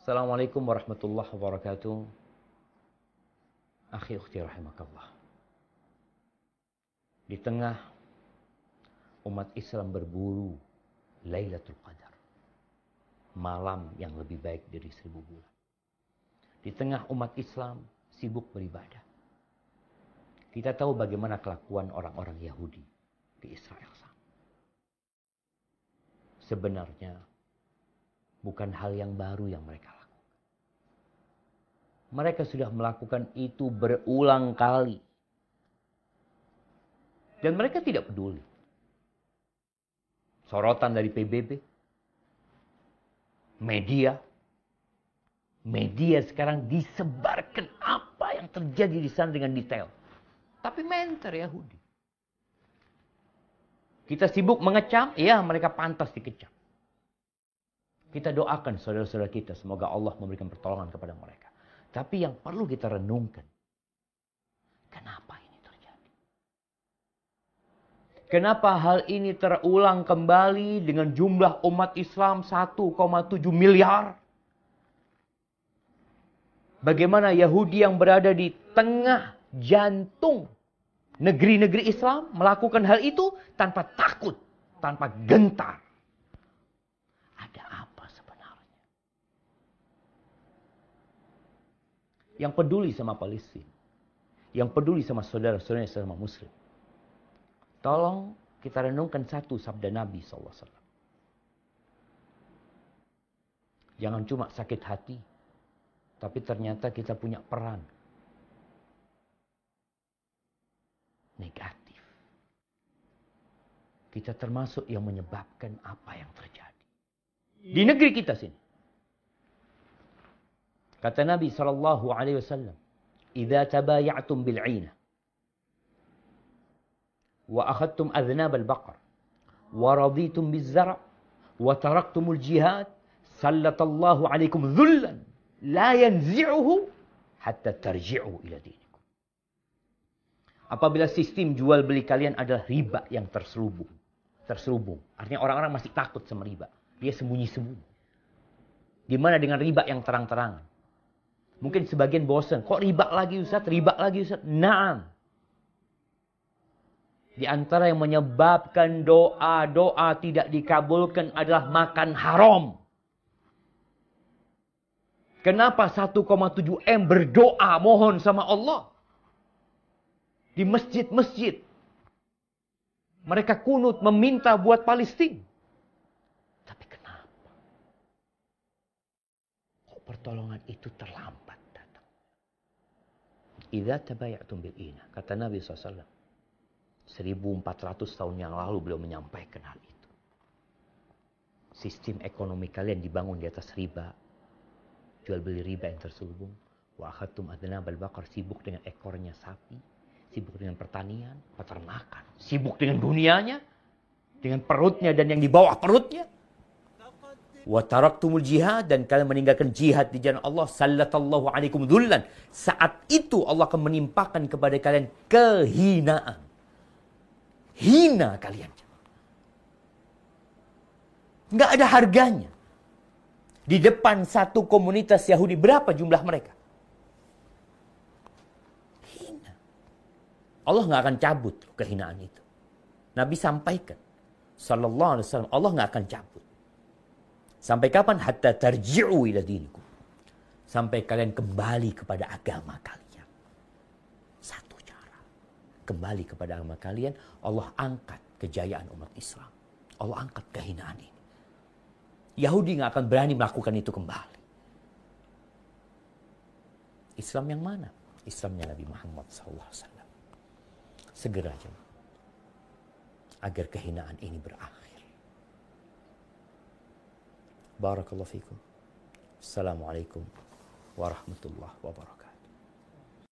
Assalamualaikum warahmatullahi wabarakatuh. Akhi ukhti rahimakallah. Di tengah umat Islam berburu Lailatul Qadar, malam yang lebih baik dari 1000 bulan. Di tengah umat Islam sibuk beribadah. Kita tahu bagaimana kelakuan orang-orang Yahudi di Israel sana. Sebenarnya bukan hal yang baru yang mereka lakukan. Mereka sudah melakukan itu berulang kali. Dan mereka tidak peduli. Sorotan dari PBB, media sekarang disebarkan apa yang terjadi di sana dengan detail. Tapi menter Yahudi. Kita sibuk mengecam, ya mereka pantas dikecam. Kita doakan saudara-saudara kita, semoga Allah memberikan pertolongan kepada mereka. Tapi yang perlu kita renungkan, kenapa ini terjadi? Kenapa hal ini terulang kembali dengan jumlah umat Islam 1,7 miliar? Bagaimana Yahudi yang berada di tengah jantung negeri-negeri Islam melakukan hal itu tanpa takut, tanpa gentar. Ada apa sebenarnya? Yang peduli sama Palestina, yang peduli sama saudara-saudara sesama Muslim, tolong kita renungkan satu sabda Nabi SAW. Jangan cuma sakit hati, tapi ternyata kita punya peran negatif. Kita termasuk yang menyebabkan apa yang terjadi di negeri kita sini. Kata Nabi SAW, "Idza tabaya'tum bil'ina wa akhadtum adhnab al-baqar wa raditum biz-zar' wa taraktumul jihad, sallatallahu 'alaikum dhullan la yanzi'uhu hatta tarji'u ila dinikum." Apabila sistem jual beli kalian adalah riba yang terselubung. Artinya orang-orang masih takut sama riba. Dia sembunyi-sembunyi. Gimana dengan riba yang terang-terangan? Mungkin sebagian bosan. Kok riba lagi Ustaz? Riba lagi Ustaz? Naam. Di antara yang menyebabkan doa-doa tidak dikabulkan adalah makan haram. Kenapa 1,7 M berdoa mohon sama Allah? Di masjid-masjid. Mereka kunut meminta buat Palestina. Tapi kenapa? Kok pertolongan itu terlambat datang? Idza tabaya'tum bil'ina. Kata Nabi SAW. 1400 tahun yang lalu beliau menyampaikan hal itu. Sistem ekonomi kalian dibangun di atas riba. Jual beli riba yang terselubung. Wa akhadtum adnabal baqar, sibuk dengan ekornya sapi. Sibuk dengan pertanian, peternakan. Sibuk dengan dunianya. Dengan perutnya dan yang di bawah perutnya. Wa taraktumul jihad, dan kalian meninggalkan jihad di jalan Allah. Sallatallahu alaikum dhullan. Saat itu Allah akan menimpakan kepada kalian kehinaan. Hina kalian. Nggak ada harganya. Di depan satu komunitas Yahudi, berapa jumlah mereka? Hina. Allah nggak akan cabut kehinaan itu. Nabi sampaikan, sallallahu alaihi wasallam, Allah nggak akan cabut. Sampai kapan? Hatta tarji'u ila dinikum. Sampai kalian kembali kepada agama kalian. Satu cara. Kembali kepada agama kalian, Allah angkat kejayaan umat Islam. Allah angkat kehinaan ini. Yahudi nggak akan berani melakukan itu kembali. Islam yang mana? Islamnya Nabi Muhammad SAW. Segera aja. Agar kehinaan ini berakhir. Barakallahu fikum. Assalamualaikum warahmatullahi wabarakatuh.